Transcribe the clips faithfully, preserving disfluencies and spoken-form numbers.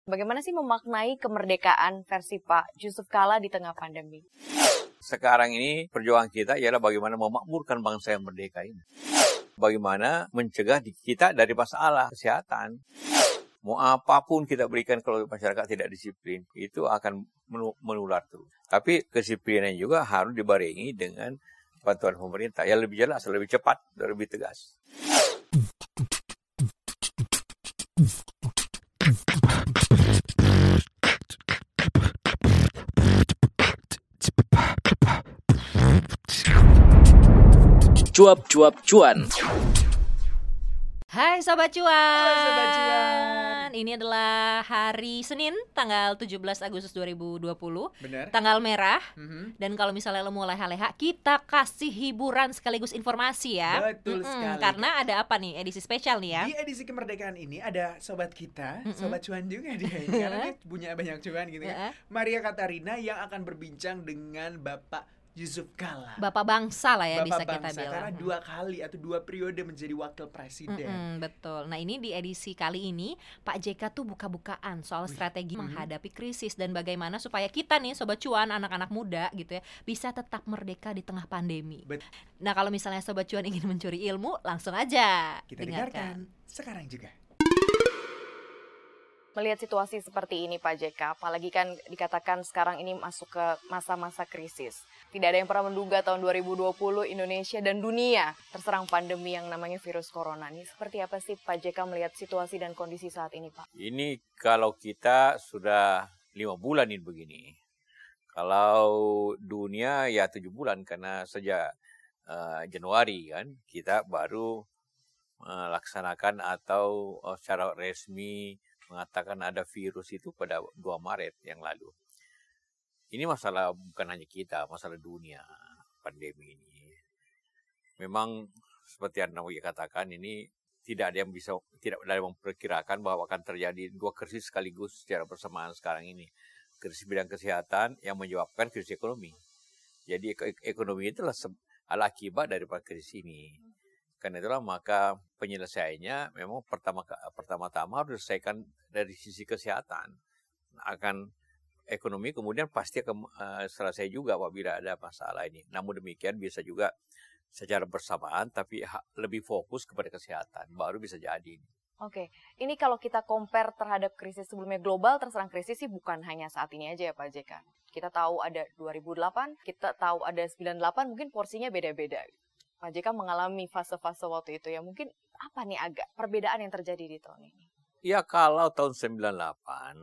Bagaimana sih memaknai kemerdekaan versi Pak Yusuf Kala di tengah pandemi? Sekarang ini perjuangan kita ialah bagaimana memakmurkan bangsa yang merdeka ini. Bagaimana mencegah kita dari masalah kesehatan. Mau apapun kita berikan kalau masyarakat tidak disiplin, itu akan menular terus. Tapi kedisiplinan juga harus dibarengi dengan bantuan pemerintah yang lebih jelas, lebih cepat, dan lebih tegas. Cuap-cuap cuan. Hai Sobat Cuan. Halo Sobat Cuan. Ini adalah hari Senin tanggal tujuh belas Agustus dua ribu dua puluh. Benar. Tanggal merah. Mm-hmm. Dan kalau misalnya lo mau leha-leha, kita kasih hiburan sekaligus informasi ya. Betul Mm-mm, sekali. Karena ada apa nih? Edisi spesial nih ya. Di edisi kemerdekaan ini ada sobat kita, Mm-mm. Sobat Cuan juga dia ini. Karena dia punya banyak cuan gitu kan. Ya. Maria Katarina yang akan berbincang dengan Bapak Yusuf Kala. Bapak bangsa lah ya, Bapak bisa kita bangsa, bilang. karena dua kali atau dua periode menjadi wakil presiden. Mm-mm, betul. Nah ini di edisi kali ini Pak J K tuh buka-bukaan soal strategi Mm-hmm. menghadapi krisis dan bagaimana supaya kita nih Sobat Cuan, anak-anak muda gitu ya, bisa tetap merdeka di tengah pandemi. Bet- Nah kalau misalnya Sobat Cuan ingin mencuri ilmu, langsung aja Kita dengarkan sekarang juga. Melihat situasi seperti ini Pak J K, apalagi kan dikatakan sekarang ini masuk ke masa-masa krisis. Tidak ada yang pernah menduga tahun dua ribu dua puluh Indonesia dan dunia terserang pandemi yang namanya virus corona. Ini seperti apa sih Pak J K melihat situasi dan kondisi saat ini Pak? Ini kalau kita sudah lima bulan ini begini. Kalau dunia ya tujuh bulan karena sejak uh, Januari kan kita baru melaksanakan uh, atau uh, secara resmi mengatakan ada virus itu pada dua Maret yang lalu. Ini masalah bukan hanya kita, masalah dunia, pandemi ini. Memang seperti yang Nawi katakan, ini tidak ada yang bisa, tidak ada yang memperkirakan bahwa akan terjadi dua krisis sekaligus secara bersamaan sekarang ini. Krisis bidang kesehatan yang menyebabkan krisis ekonomi. Jadi ekonomi itulah adalah akibat daripada krisis ini. Karena itulah maka penyelesaiannya memang pertama pertama-tama harus diselesaikan dari sisi kesehatan. Akan ekonomi kemudian pasti akan uh, selesai juga apabila ada masalah ini. Namun demikian bisa juga secara bersamaan tapi ha- lebih fokus kepada kesehatan baru bisa jadi. Oke, ini kalau kita compare terhadap krisis sebelumnya, global terserang krisis sih bukan hanya saat ini aja ya Pak J K. Kita tahu ada dua ribu delapan, kita tahu ada sembilan puluh delapan, mungkin porsinya beda-beda. Pak J K mengalami fase-fase waktu itu ya, mungkin apa nih agak perbedaan yang terjadi di tahun ini? Ya kalau tahun sembilan puluh delapan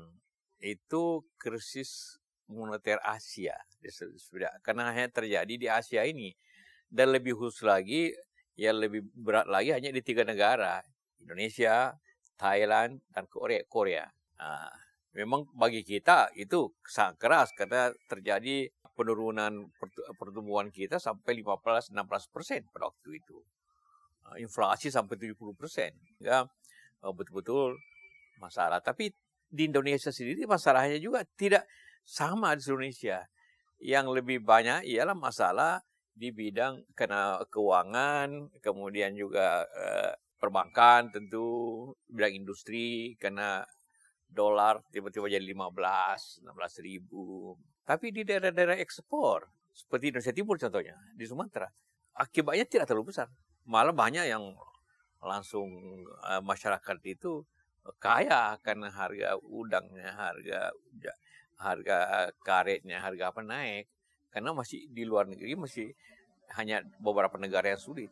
itu krisis moneter Asia, karena hanya terjadi di Asia ini. Dan lebih khusus lagi, yang lebih berat lagi hanya di tiga negara, Indonesia, Thailand, dan Korea. Korea. Nah, memang bagi kita itu sangat keras karena terjadi penurunan pertumbuhan kita sampai lima belas sampai enam belas persen pada waktu itu. Inflasi sampai tujuh puluh persen. Ya, betul-betul masalah. Tapi di Indonesia sendiri masalahnya juga tidak sama di Indonesia. Yang lebih banyak ialah masalah di bidang kena keuangan, kemudian juga eh, perbankan tentu, bidang industri, kena dolar tiba-tiba jadi lima belas, enam belas ribu. Tapi di daerah-daerah ekspor, seperti Indonesia Timur contohnya, di Sumatera, akibatnya tidak terlalu besar. Malah banyak yang langsung uh, masyarakat itu kaya karena harga udangnya, harga harga karetnya, harga apa naik. Karena masih di luar negeri, masih hanya beberapa negara yang sulit.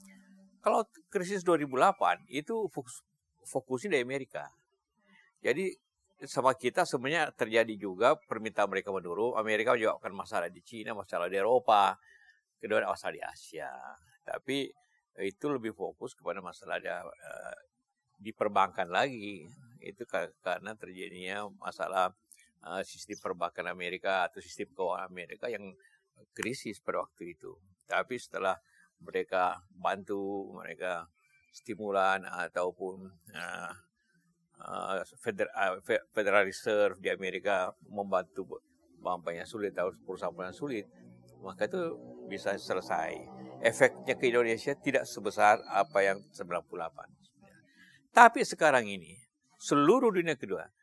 Kalau krisis dua ribu delapan, itu fokus, fokusnya di Amerika. Jadi sama kita sebenarnya terjadi juga permintaan mereka menurun. Amerika juga akan masalah di Cina, masalah di Eropa, kedua masalah di Asia. Tapi itu lebih fokus kepada masalah di, uh, di perbankan lagi. Itu karena terjadinya masalah uh, sistem perbankan Amerika atau sistem keuangan Amerika yang krisis pada waktu itu. Tapi setelah mereka bantu, mereka stimulan ataupun uh, Uh, Federal, uh, Federal Reserve di Amerika membantu banknya sulit atau perusahaan sulit, maka itu bisa selesai. Efeknya ke Indonesia tidak sebesar apa yang sembilan puluh delapan. Tapi sekarang ini seluruh dunia kedua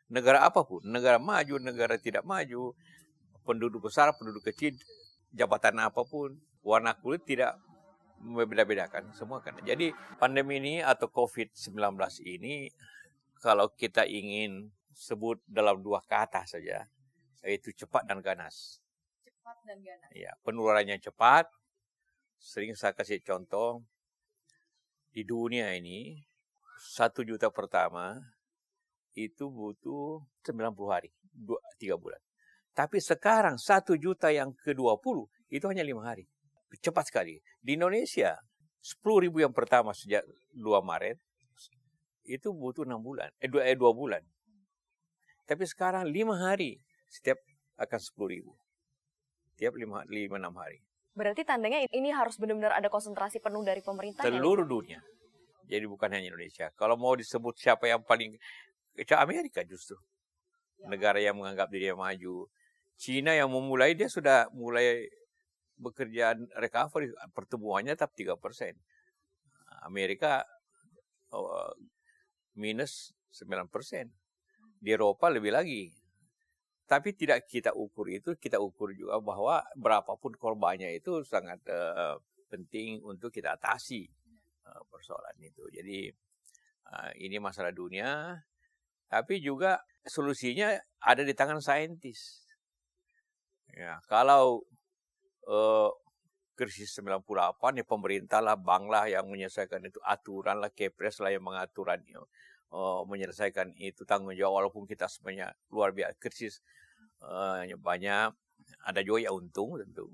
negara apapun, negara maju, negara tidak maju, penduduk besar, penduduk kecil, jabatan apapun, warna kulit tidak membeda-bedakan semua kan. Jadi pandemi ini atau covid sembilan belas ini kalau kita ingin sebut dalam dua kata saja, yaitu cepat dan ganas. Cepat dan ganas. Ya, penularannya cepat. Sering saya kasih contoh, di dunia ini satu juta pertama itu butuh sembilan puluh hari, dua, tiga bulan. Tapi sekarang satu juta yang ke dua puluh itu hanya lima hari. Cepat sekali. Di Indonesia sepuluh ribu yang pertama sejak dua Maret itu butuh enam bulan, eh dua, eh, dua bulan. Tapi sekarang lima hari setiap akan sepuluh ribu. Tiap lima, lima, enam hari. Berarti tandanya ini harus benar-benar ada konsentrasi penuh dari pemerintah. Seluruh dunia. Jadi bukan hanya Indonesia. Kalau mau disebut siapa yang paling, Amerika justru. Ya. Negara yang menganggap dirinya maju. Cina yang memulai, dia sudah mulai bekerja recovery. Pertumbuhannya tetap tiga persen. Amerika oh, minus sembilan persen. Di Eropa lebih lagi. Tapi tidak kita ukur itu, kita ukur juga bahwa berapapun korbannya itu sangat uh, penting untuk kita atasi uh, persoalan itu. Jadi uh, ini masalah dunia, tapi juga solusinya ada di tangan saintis. Ya, kalau uh, krisis sembilan puluh delapan, ya pemerintah lah, bank lah yang menyelesaikan itu, aturan lah, Kepres lah yang mengaturannya. Uh, menyelesaikan itu tanggung jawab, walaupun kita sebenarnya luar biasa krisis uh, banyak, ada juga yang untung tentu.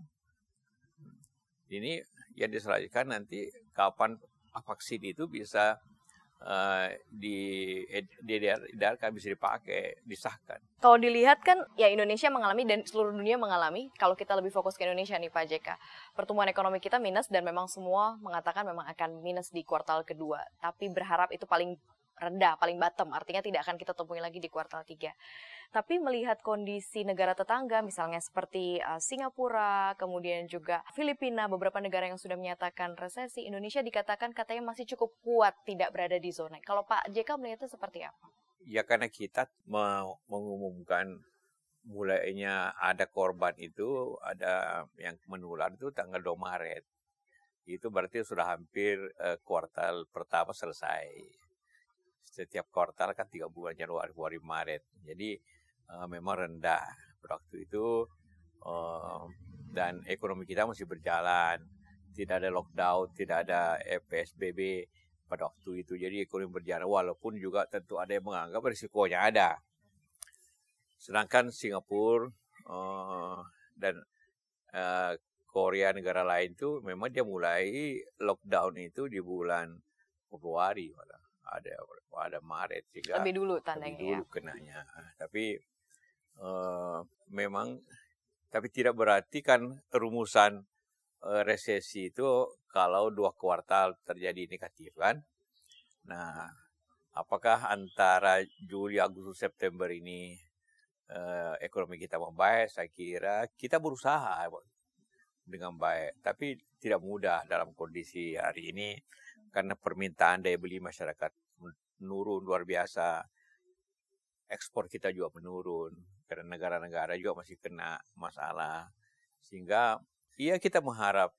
Ini yang diselesaikan nanti kapan vaksin itu bisa uh, di diedarkan, bisa dipakai, disahkan. Kalau dilihat kan ya Indonesia mengalami dan seluruh dunia mengalami, kalau kita lebih fokus ke Indonesia nih Pak J K, pertumbuhan ekonomi kita minus dan memang semua mengatakan memang akan minus di kuartal kedua, tapi berharap itu paling rendah, paling bottom, artinya tidak akan kita temui lagi di kuartal tiga. Tapi melihat kondisi negara tetangga, misalnya seperti uh, Singapura, kemudian juga Filipina, beberapa negara yang sudah menyatakan resesi, Indonesia dikatakan katanya masih cukup kuat, tidak berada di zona. Kalau Pak J K melihatnya seperti apa? Ya karena kita mau mengumumkan mulainya ada korban itu, ada yang menular itu tanggal dua Maret. Itu berarti sudah hampir uh, kuartal pertama selesai. Setiap kuartal kan tiga bulan, Januari, Februari, Maret. Jadi uh, memang rendah pada waktu itu. Uh, dan ekonomi kita masih berjalan. Tidak ada lockdown, tidak ada P S B B pada waktu itu. Jadi ekonomi berjalan, walaupun juga tentu ada yang menganggap risikonya ada. Sedangkan Singapura uh, dan uh, Korea, negara lain itu memang dia mulai lockdown itu di bulan Februari malah. ada ada Maret sehingga lebih dulu tandanya lebih dulu ya. kenanya. Tapi uh, memang tapi tidak berarti kan rumusan uh, resesi itu kalau dua kuartal terjadi negatif kan. Nah, apakah antara Juli, Agustus, September ini uh, ekonomi kita membaik? Saya kira kita berusaha dengan baik, tapi tidak mudah dalam kondisi hari ini. Karena permintaan daya beli masyarakat menurun luar biasa. Ekspor kita juga menurun. Karena negara-negara juga masih kena masalah. Sehingga ya kita mengharap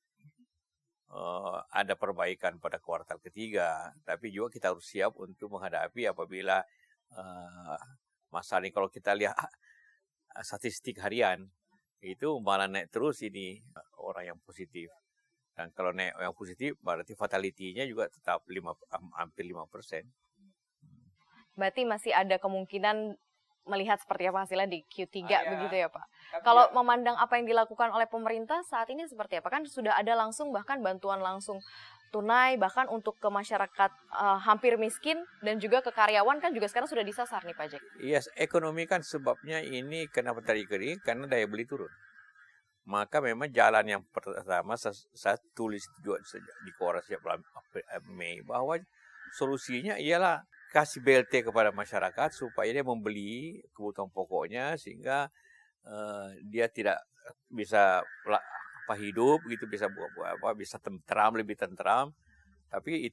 uh, ada perbaikan pada kuartal ketiga. Tapi juga kita harus siap untuk menghadapi apabila uh, masalah ini. Kalau kita lihat uh, statistik harian, itu malah naik terus ini orang yang positif. Dan kalau naik yang positif, berarti fatality-nya juga tetap lima, hampir lima persen. Berarti masih ada kemungkinan melihat seperti apa hasilnya di Q tiga, ah, ya. Begitu ya Pak? Tapi kalau ya, memandang apa yang dilakukan oleh pemerintah saat ini seperti apa? Kan sudah ada langsung, bahkan bantuan langsung tunai, bahkan untuk ke masyarakat uh, hampir miskin, dan juga ke karyawan kan juga sekarang sudah disasar nih Pak Jack. Iya, yes, ekonomi kan sebabnya ini kenapa terjadi? Karena daya beli turun. Maka memang jalan yang pertama saya, saya tulis juga di Koran sejak bulan Mei bahwa solusinya ialah kasih B L T kepada masyarakat supaya dia membeli kebutuhan pokoknya sehingga uh, dia tidak bisa apa hidup gitu, bisa buat apa bisa tentram, lebih tentram. Tapi itu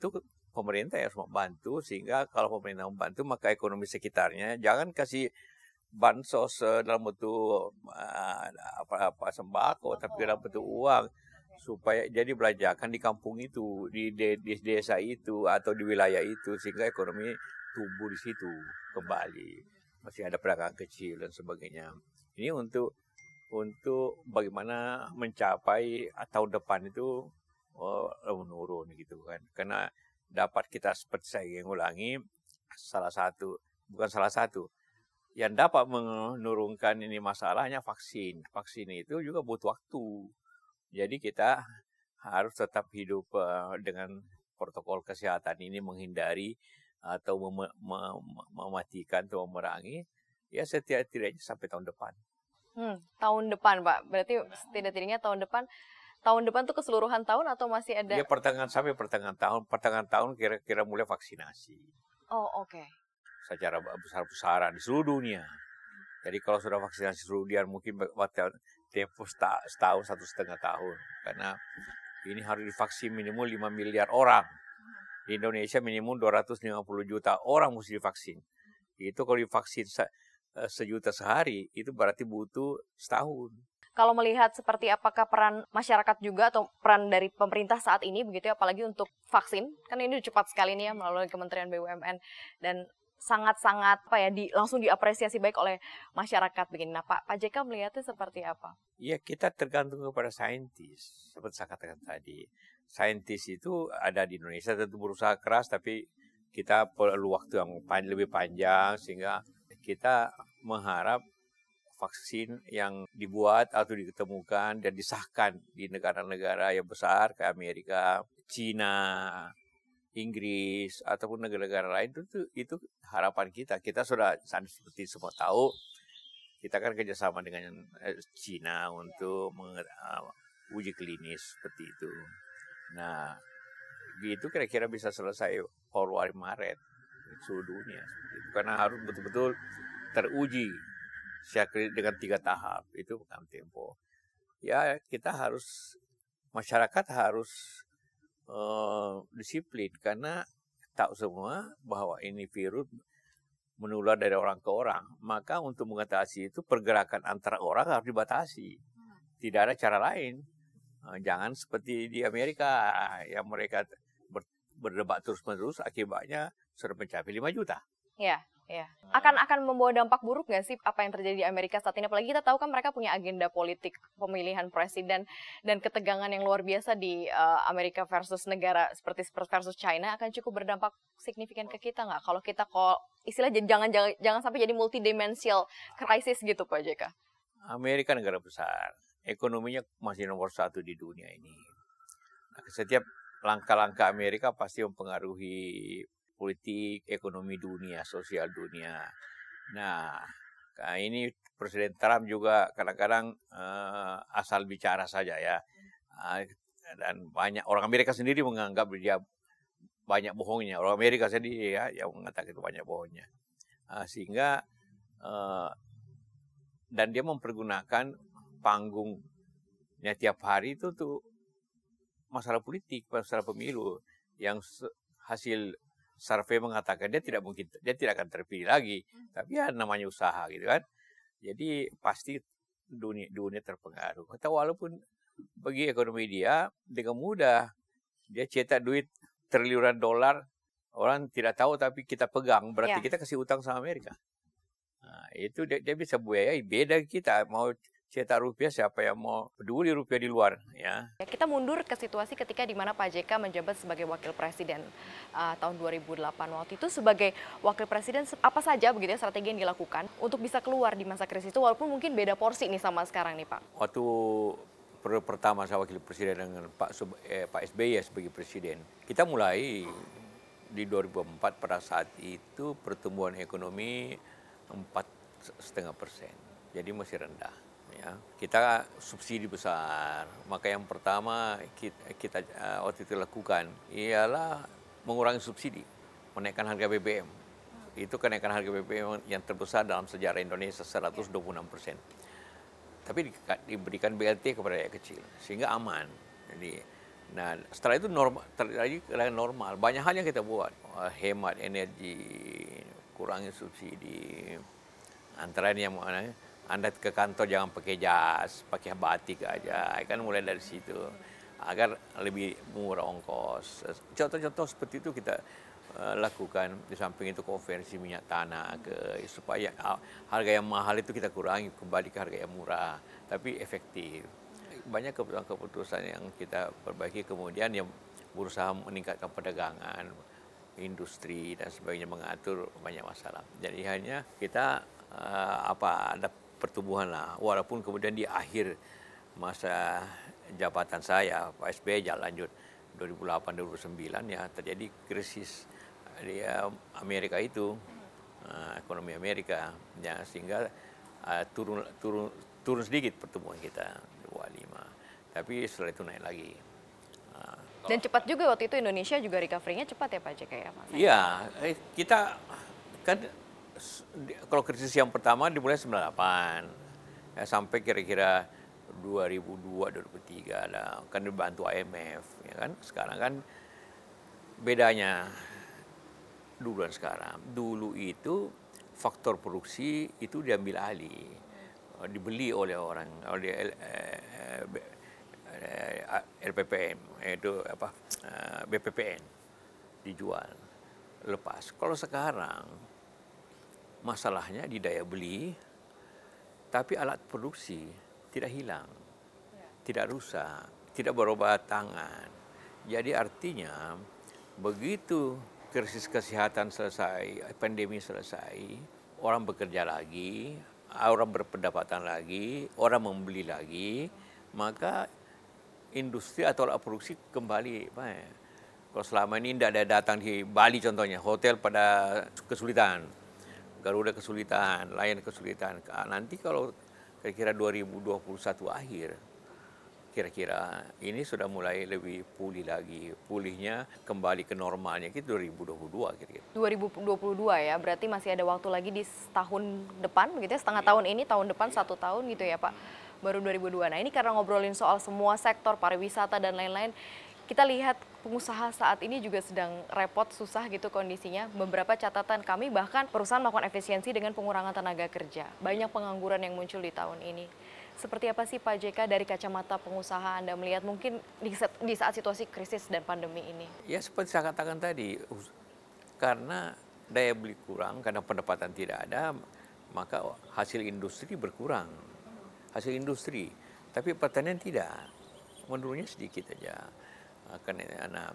pemerintah yang harus membantu, sehingga kalau pemerintah membantu maka ekonomi sekitarnya jangan kasih bansos uh, dalam bentuk uh, apa-apa sembako, tapi dalam bentuk uang supaya jadi belanjakan di kampung itu, di, de, di desa itu atau di wilayah itu, sehingga ekonomi tumbuh di situ kembali. Masih ada pedagang kecil dan sebagainya. Ini untuk untuk bagaimana mencapai tahun depan itu oh, menurun gitu kan. Karena dapat kita seperti saya ulangi, salah satu bukan salah satu yang dapat menurunkan ini masalahnya vaksin. Vaksin itu juga butuh waktu. Jadi kita harus tetap hidup uh, dengan protokol kesehatan ini, menghindari atau mem- mem- mematikan atau memerangi ya setidak-tidaknya sampai tahun depan. Hmm, tahun depan Pak, berarti setidak-tidaknya tahun depan. Tahun depan tuh keseluruhan tahun atau masih ada? Ya pertengahan sampai pertengahan tahun, pertengahan tahun kira-kira mulai vaksinasi. Oh oke. Okay. Secara besar-besaran di seluruh dunia. Jadi kalau sudah vaksinasi seluruh dunia mungkin bakal tempo setahun, satu setengah tahun. Karena ini harus divaksin minimum lima miliar orang. Di Indonesia minimum dua ratus lima puluh juta orang mesti divaksin. Itu kalau divaksin se- sejuta sehari, itu berarti butuh setahun. Kalau melihat seperti apakah peran masyarakat juga atau peran dari pemerintah saat ini begitu ya, apalagi untuk vaksin, kan ini cepat sekali nih ya melalui Kementerian B U M N dan sangat-sangat apa ya di, langsung diapresiasi baik oleh masyarakat begini. Nah Pak, Pak J K melihatnya seperti apa? Ya kita tergantung kepada saintis. Seperti saya katakan tadi, saintis itu ada di Indonesia tentu berusaha keras, tapi kita perlu waktu yang pan- lebih panjang sehingga kita mengharap vaksin yang dibuat atau ditemukan dan disahkan di negara-negara yang besar kayak Amerika, Cina, Inggris ataupun negara-negara lain itu itu harapan kita. Kita sudah seperti semua tahu kita kan kerjasama dengan Cina untuk menguji klinis seperti itu. Nah, gitu kira-kira bisa selesai Februari Maret seluruh dunia seperti itu. Karena harus betul-betul teruji dengan tiga tahap itu bukan tempo. Ya kita harus masyarakat harus Uh, disiplin karena tahu semua bahwa ini virus menular dari orang ke orang. Maka untuk mengatasi itu pergerakan antara orang harus dibatasi. Tidak ada cara lain. Uh, jangan seperti di Amerika yang mereka ber, berdebat terus-menerus akibatnya sudah mencapai lima juta. Ya, ya. Akan akan membawa dampak buruk nggak sih apa yang terjadi di Amerika saat ini? Apalagi kita tahu kan mereka punya agenda politik pemilihan presiden dan ketegangan yang luar biasa di uh, Amerika versus negara seperti versus China akan cukup berdampak signifikan ke kita nggak? Kalau kita kok istilah jangan jangan jangan sampai jadi multidimensional crisis gitu Pak J K. Amerika negara besar, ekonominya masih nomor satu di dunia ini. Nah, setiap langkah-langkah Amerika pasti mempengaruhi politik, ekonomi dunia, sosial dunia. Nah, ini Presiden Trump juga kadang-kadang uh, asal bicara saja ya. Uh, dan banyak orang Amerika sendiri menganggap dia banyak bohongnya. Orang Amerika sendiri ya yang mengatakan itu banyak bohongnya. Uh, sehingga uh, dan dia mempergunakan panggungnya tiap hari itu tuh masalah politik, masalah pemilu yang hasil survei mengatakan dia tidak mungkin, dia tidak akan terpilih lagi. Tapi ya namanya usaha gitu kan. Jadi pasti dunia dunia terpengaruh. Atau walaupun bagi ekonomi dia dengan mudah dia cetak duit triliunan dolar, orang tidak tahu tapi kita pegang, berarti ya. Kita kasih utang sama Amerika. Nah, itu dia, dia bisa buayai, beda kita mau cetak rupiah, siapa yang mau peduli rupiah di luar ya. Kita mundur ke situasi ketika di mana Pak J K menjabat sebagai wakil presiden uh, tahun dua ribu delapan. Waktu itu sebagai wakil presiden apa saja begitu ya strategi yang dilakukan untuk bisa keluar di masa krisis itu walaupun mungkin beda porsi nih sama sekarang nih Pak. Waktu periode pertama saya wakil presiden dengan Pak Sub, eh, Pak S B Y sebagai presiden, kita mulai di dua ribu empat pada saat itu pertumbuhan ekonomi empat setengah persen, jadi masih rendah. Ya, kita subsidi besar, maka yang pertama kita, kita uh, waktu itu lakukan ialah mengurangi subsidi, menaikkan harga B B M. Itu kenaikan harga B B M yang terbesar dalam sejarah Indonesia, seratus dua puluh enam persen. Tapi di, diberikan B L T kepada rakyat kecil, sehingga aman. Jadi Nah, setelah itu normal, terjadi keadaan normal. Banyak hal yang kita buat, hemat energi, kurangi subsidi. Antara yang mana, Anda ke kantor jangan pakai jas, pakai batik aja. Kan mulai dari situ agar lebih murah ongkos. Contoh-contoh seperti itu kita uh, lakukan. Di samping itu konversi minyak tanah ke supaya uh, harga yang mahal itu kita kurangi kembali ke harga yang murah, tapi efektif. Banyak keputusan-keputusan yang kita perbaiki, kemudian yang berusaha meningkatkan perdagangan, industri dan sebagainya, mengatur banyak masalah. Jadi hanya kita uh, apa ada pertumbuhan lah, walaupun kemudian di akhir masa jabatan saya Pak S B Y jalan lanjut dua ribu delapan dua ribu sembilan ya terjadi krisis di Amerika itu, uh, ekonomi Amerika ya, sehingga uh, turun turun turun sedikit pertumbuhan kita dua puluh lima, tapi setelah itu naik lagi. Uh, Dan cepat juga waktu itu Indonesia juga recovery-nya cepat ya Pak J K ya Mas? Iya, eh, kita kan kalau krisis yang pertama dimulai sembilan puluh delapan ya, sampai kira-kira dua ribu dua dua ribu tiga lah, kan dibantu I M F ya kan. Sekarang kan bedanya dulu dan sekarang. Dulu itu faktor produksi itu diambil alih, dibeli oleh orang, oleh L P P N, itu apa, B P P N, dijual lepas. Kalau sekarang masalahnya di daya beli, tapi alat produksi tidak hilang, tidak rusak, tidak berubah tangan. Jadi artinya begitu krisis kesehatan selesai, pandemi selesai, orang bekerja lagi, orang berpendapatan lagi, orang membeli lagi, maka industri atau alat produksi kembali. Kalau selama ini tidak ada datang di Bali contohnya, hotel pada kesulitan, Garuda kesulitan, Lion kesulitan. Nanti kalau kira-kira dua ribu dua puluh satu akhir, kira-kira ini sudah mulai lebih pulih lagi. Pulihnya kembali ke normalnya itu dua ribu dua puluh dua kira-kira. dua ribu dua puluh dua ya, berarti masih ada waktu lagi di tahun depan begitu ya, setengah tahun ini, tahun depan satu tahun gitu ya Pak, baru dua ribu dua. Nah ini karena ngobrolin soal semua sektor, pariwisata dan lain-lain, kita lihat pengusaha saat ini juga sedang repot, susah gitu kondisinya. Beberapa catatan kami bahkan perusahaan melakukan efisiensi dengan pengurangan tenaga kerja. Banyak pengangguran yang muncul di tahun ini. Seperti apa sih Pak J K dari kacamata pengusaha Anda melihat mungkin di saat, di saat situasi krisis dan pandemi ini? Ya seperti saya katakan tadi, karena daya beli kurang, karena pendapatan tidak ada, maka hasil industri berkurang. Hasil industri, tapi pertanian tidak, menurunnya sedikit aja. Akan nah,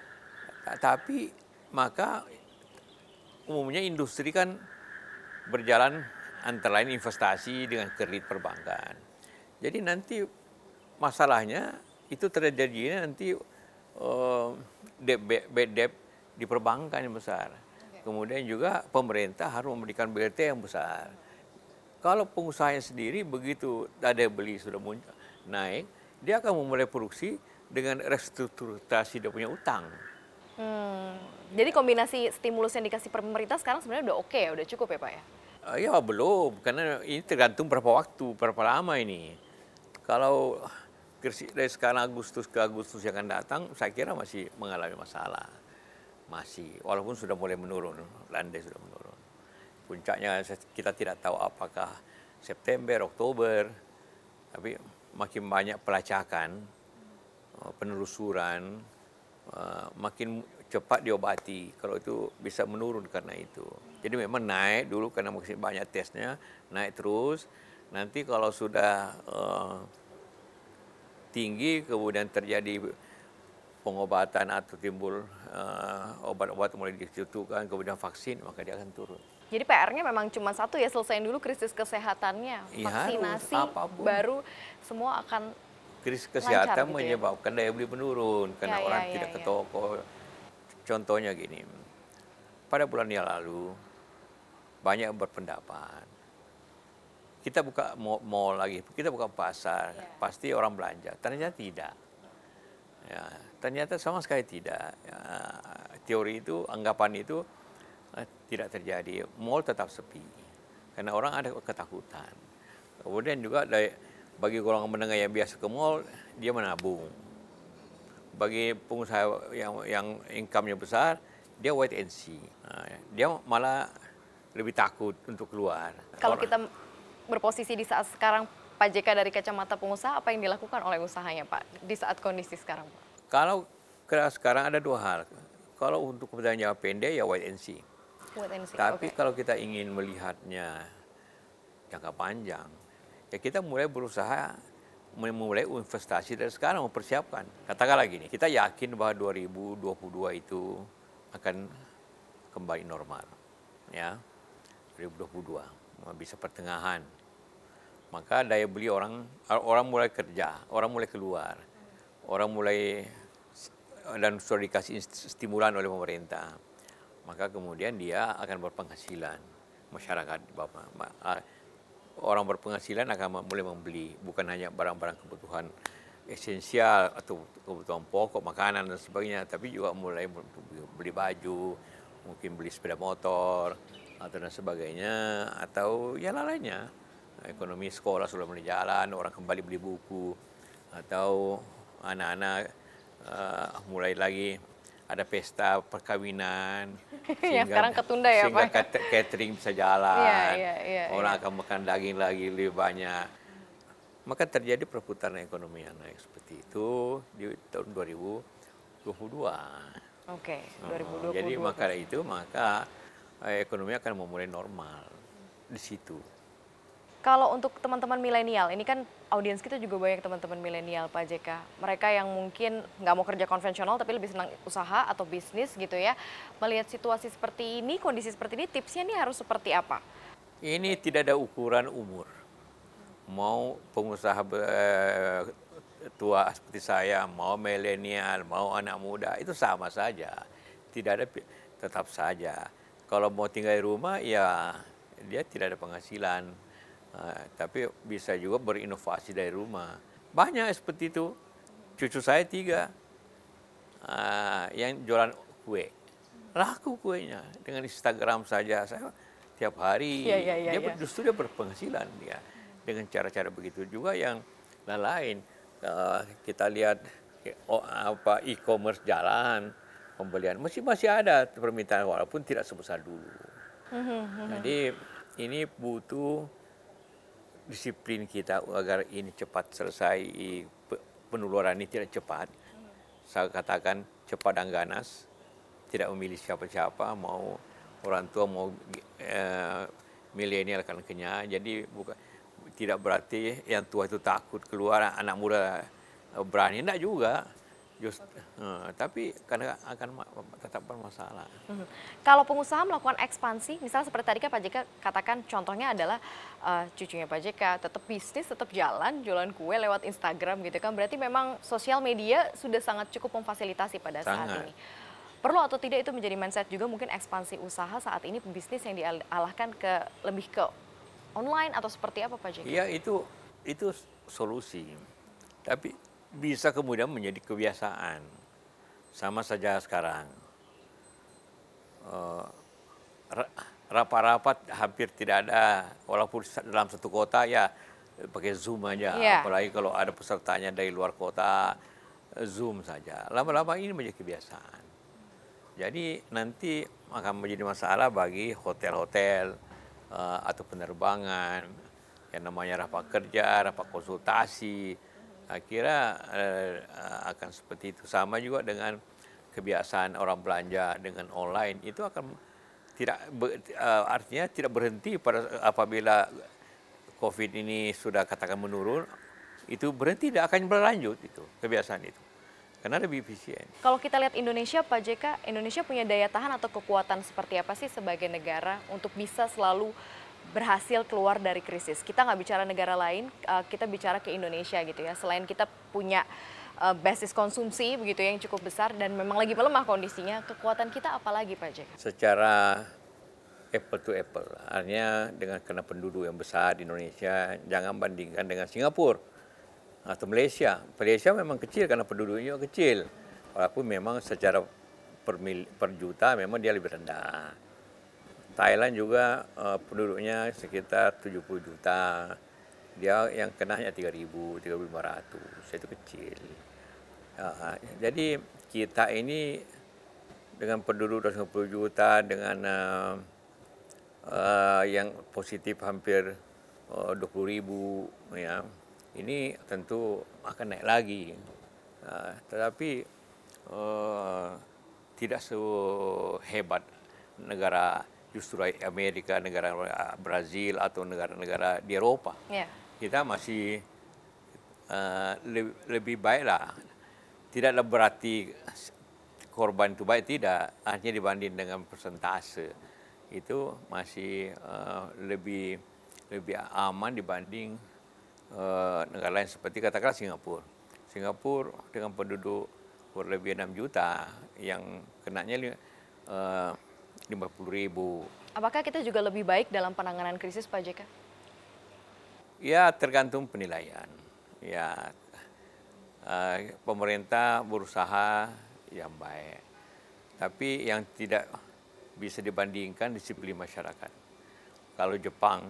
tapi maka umumnya industri kan berjalan antara lain investasi dengan kredit perbankan. Jadi nanti masalahnya itu terjadinya nanti uh, bad debt di perbankan yang besar. Kemudian juga pemerintah harus memberikan B L T yang besar. Kalau pengusahanya sendiri begitu daya beli sudah muncul, naik, dia akan memulai produksi dengan restrukturisasi dia punya utang. Hmm, jadi kombinasi stimulus yang dikasih pemerintah sekarang sebenarnya udah oke ya, udah cukup ya Pak ya? Uh, ya belum, karena ini tergantung berapa waktu, berapa lama ini. Kalau dari sekarang Agustus ke Agustus yang akan datang, saya kira masih mengalami masalah. Masih, walaupun sudah mulai menurun, landai sudah menurun. Puncaknya kita tidak tahu apakah September, Oktober, tapi makin banyak pelacakan, penelusuran, makin cepat diobati. Kalau itu bisa menurun karena itu. Jadi memang naik dulu karena makin banyak tesnya, naik terus. Nanti kalau sudah uh, tinggi, kemudian terjadi pengobatan atau timbul uh, obat-obat mulai dicutupkan, kemudian vaksin, maka dia akan turun. Jadi P R-nya memang cuma satu ya, selesaiin dulu krisis kesehatannya, Ya, vaksinasi, harus, baru semua akan krisis kesehatan gitu menyebabkan ya? daya beli menurun, karena ya, orang ya, tidak ya, ke ya. toko. Contohnya gini, pada bulan yang lalu banyak berpendapat, kita buka mall lagi, kita buka pasar, ya. Pasti orang belanja. Ternyata tidak. Ya, ternyata sama sekali tidak. Ya, teori itu, anggapan itu eh, tidak terjadi. Mall tetap sepi, karena orang ada ketakutan. Kemudian juga dari, bagi golongan menengah yang biasa ke mall, dia menabung. bagi pengusaha yang yang income-nya besar, dia wait and see. Nah, dia malah lebih takut untuk keluar. Kalau Orang- kita berposisi di saat sekarang, Pak J K dari kacamata pengusaha, apa yang dilakukan oleh usahanya Pak di saat kondisi sekarang Pak? Kalau ke- sekarang ada dua hal. Kalau untuk kepentingan jangka pendek ya wait and see. Wait and see. Tapi Oke. kalau kita ingin melihatnya jangka panjang, ya kita mulai berusaha memulai investasi dari sekarang, mempersiapkan. Katakanlah gini, kita yakin bahwa dua ribu dua puluh dua itu akan kembali normal. Ya, dua ribu dua puluh dua, bisa pertengahan. Maka daya beli orang, orang mulai kerja, orang mulai keluar, orang mulai, dan sudah dikasih stimulan oleh pemerintah. Maka kemudian dia akan berpenghasilan. Masyarakat, Bapak, orang berpenghasilan akan mulai membeli, bukan hanya barang-barang kebutuhan esensial atau kebutuhan pokok, makanan dan sebagainya, tapi juga mulai beli baju, mungkin beli sepeda motor atau dan sebagainya, atau yang lainnya. Ekonomi sekolah sudah mulai jalan, orang kembali beli buku, atau anak-anak uh, mulai lagi ada pesta perkawinan. Yang sekarang ketunda ya sehingga Pak. Sehingga catering bisa jalan, Iya, iya, iya, orang iya. akan makan daging lagi lebih banyak. Maka terjadi perputaran ekonomi yang naik seperti itu di tahun dua ribu dua puluh dua. Oke, dua ribu dua puluh dua. Jadi maka itu maka eh, ekonomi akan memulai normal di situ. Kalau untuk teman-teman milenial, ini kan audiens kita juga banyak teman-teman milenial Pak J K. Mereka yang mungkin nggak mau kerja konvensional tapi lebih senang usaha atau bisnis gitu ya. Melihat situasi seperti ini, kondisi seperti ini, tipsnya nih harus seperti apa? Ini tidak ada ukuran umur. Mau pengusaha be- tua seperti saya, mau milenial, mau anak muda, itu sama saja. Tidak ada, tetap saja. Kalau mau tinggal di rumah, ya dia tidak ada penghasilan. Uh, tapi bisa juga berinovasi dari rumah. Banyak seperti itu. Cucu saya tiga uh, yang jualan kue. Laku kuenya dengan Instagram saja. Saya tiap hari Ya, ya, ya, dia ya. justru dia berpenghasilan dia dengan cara-cara begitu juga yang lain. Uh, kita lihat oh, apa e-commerce jalan pembelian masih masih ada permintaan walaupun tidak sebesar dulu. Jadi ini butuh disiplin kita agar ini cepat selesai, penularan ini tidak cepat. Saya katakan cepat dan ganas, tidak memilih siapa-siapa, mau orang tua mau eh, milenial kan kenyang. Jadi bukan tidak berarti yang tua itu takut keluar, anak muda berani, enggak juga. Just, uh, tapi karena akan tetap bermasalah. Hmm. Kalau pengusaha melakukan ekspansi, misalnya seperti tadi kan Pak J K katakan contohnya adalah uh, cucunya Pak J K tetap bisnis, tetap jalan, jualan kue lewat Instagram gitu kan. Berarti memang sosial media sudah sangat cukup memfasilitasi pada saat Sangat. ini. Perlu atau tidak itu menjadi mindset juga mungkin ekspansi usaha saat ini bisnis yang dialahkan ke lebih ke online atau seperti apa Pak J K? Iya itu itu solusi. Tapi bisa kemudian menjadi kebiasaan. Sama saja sekarang. Uh, rapat-rapat hampir tidak ada, walaupun dalam satu kota ya pakai Zoom aja. Yeah. Apalagi kalau ada pesertanya dari luar kota, Zoom saja. Lama-lama ini menjadi kebiasaan. Jadi nanti akan menjadi masalah bagi hotel-hotel uh, atau penerbangan yang namanya rapat kerja, rapat konsultasi. Akhirnya eh, akan seperti itu. Sama juga dengan kebiasaan orang belanja dengan online, itu akan tidak uh, artinya tidak berhenti pada apabila COVID ini sudah katakan menurun, itu berhenti, tidak akan berlanjut itu kebiasaan itu karena lebih efisien. Kalau kita lihat Indonesia Pak J K, Indonesia punya daya tahan atau kekuatan seperti apa sih sebagai negara untuk bisa selalu berhasil keluar dari krisis? Kita nggak bicara negara lain, kita bicara ke Indonesia gitu ya. Selain kita punya basis konsumsi begitu yang cukup besar dan memang lagi melemah kondisinya, kekuatan kita apa lagi Pak J K? Secara apple to apple, artinya dengan karena penduduk yang besar di Indonesia, jangan bandingkan dengan Singapura atau Malaysia. Malaysia memang kecil karena penduduknya kecil, walaupun memang secara per, mil, per juta memang dia lebih rendah. Thailand juga uh, penduduknya sekitar tujuh puluh juta. Dia yang kena hanya tiga ribu, tiga ribu lima ratus. Itu kecil. Uh, jadi kita ini dengan penduduk dua ratus lima puluh juta, dengan uh, uh, yang positif hampir uh, dua puluh ribu, ya, ini tentu akan naik lagi. Uh, tetapi uh, tidak sehebat negara justru Amerika, negara Brazil atau negara-negara di Eropa. Yeah. Kita masih uh, lebih, lebih baik lah. Tidaklah berarti korban itu baik, tidak. Hanya dibanding dengan persentase itu masih uh, lebih lebih aman dibanding uh, negara lain seperti katakanlah Singapura. Singapura dengan penduduk kurang lebih enam juta yang kenanya uh, lima puluh ribu. Apakah kita juga lebih baik dalam penanganan krisis, Pak J K? Ya, tergantung penilaian. Ya, uh, pemerintah berusaha yang baik, tapi yang tidak bisa dibandingkan disiplin masyarakat. Kalau Jepang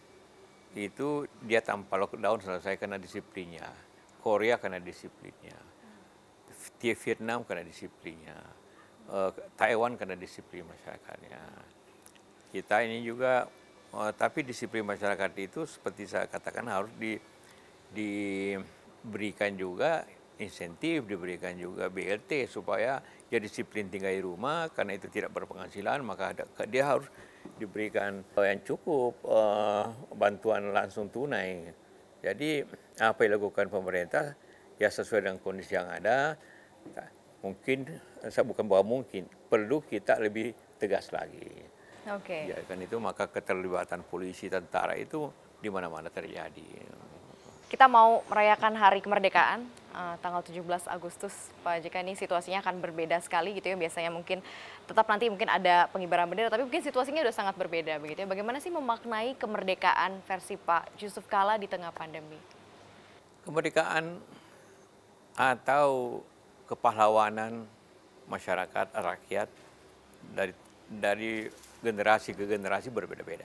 itu dia tanpa lockdown selesai karena disiplinnya. Korea karena disiplinnya. Vietnam karena disiplinnya. Uh, Taiwan karena disiplin masyarakatnya. Kita ini juga, uh, tapi disiplin masyarakat itu seperti saya katakan harus di, diberikan juga insentif, diberikan juga B L T supaya dia disiplin tinggal di rumah, karena itu tidak berpenghasilan, maka ada, dia harus diberikan yang cukup uh, bantuan langsung tunai. Jadi apa yang dilakukan pemerintah ya sesuai dengan kondisi yang ada. Mungkin, saya bukan bahwa mungkin, perlu kita lebih tegas lagi. Oke. Ya kan itu, maka keterlibatan polisi, tentara itu di mana-mana terjadi. Kita mau merayakan Hari Kemerdekaan uh, tanggal tujuh belas Agustus, Pak J K. Ini situasinya akan berbeda sekali gitu ya. Biasanya mungkin tetap nanti mungkin ada pengibaran bendera, tapi mungkin situasinya sudah sangat berbeda begitu ya. Bagaimana sih memaknai kemerdekaan versi Pak Yusuf Kalla di tengah pandemi? Kemerdekaan atau kepahlawanan masyarakat rakyat dari dari generasi ke generasi berbeda-beda.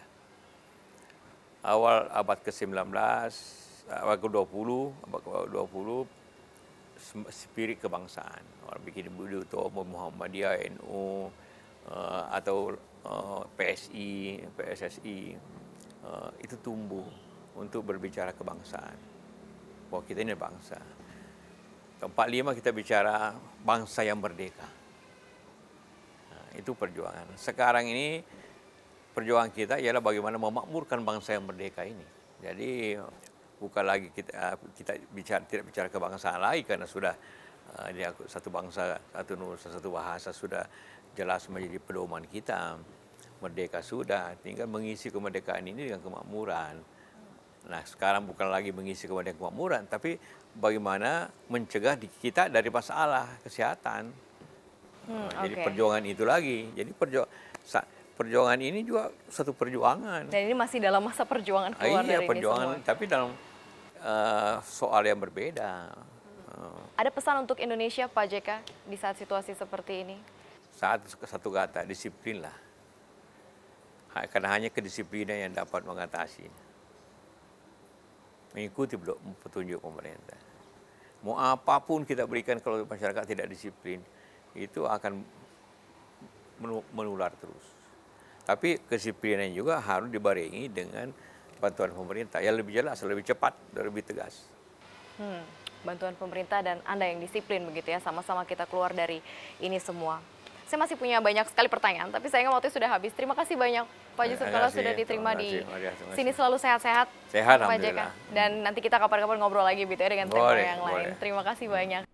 Awal abad ke sembilan belas, abad ke dua puluh, abad ke dua puluh spirit kebangsaan. Orang bikin Budi Utomo, Muhammadiyah, N U, uh, atau uh, P S I, P S S I, uh, itu tumbuh untuk berbicara kebangsaan. Bahwa kita ini bangsa. Keempat lima kita bicara bangsa yang merdeka. Nah, itu perjuangan. Sekarang ini perjuangan kita ialah bagaimana memakmurkan bangsa yang merdeka ini. Jadi bukan lagi kita kita bicara tidak bicara kebangsaan lagi karena sudah uh, dia satu bangsa, satu nusa, satu bahasa sudah jelas menjadi pedoman kita. Merdeka sudah, tinggal mengisi kemerdekaan ini dengan kemakmuran. Nah, sekarang bukan lagi mengisi kemerdekaan kemakmuran, tapi bagaimana mencegah kita dari masalah kesehatan. Hmm, nah, jadi okay. perjuangan itu lagi. Jadi perju perjuangan ini juga satu perjuangan. Dan ini masih dalam masa perjuangan Ah, keluar iya, dari perjuangan, ini semua. tapi dalam uh, soal yang berbeda. Uh, Ada pesan untuk Indonesia, Pak J K, di saat situasi seperti ini? saat satu kata, disiplinlah. Karena hanya kedisiplinan yang dapat mengatasi. Mengikuti petunjuk pemerintah. Mau apapun kita berikan kalau masyarakat tidak disiplin, itu akan menular terus. Tapi kedisiplinan juga harus dibarengi dengan bantuan pemerintah yang lebih jelas, lebih cepat, dan lebih tegas. Hmm, bantuan pemerintah dan Anda yang disiplin begitu ya, sama-sama kita keluar dari ini semua. Saya masih punya banyak sekali pertanyaan, tapi sayangnya waktu sudah habis. Terima kasih banyak Pak Yusuf Kalla sudah diterima di sini, selalu sehat-sehat. Sehat, Pak J K. alhamdulillah. Dan nanti kita kapan-kapan ngobrol lagi gitu ya dengan tema Boleh, yang lain. boleh. Terima kasih banyak.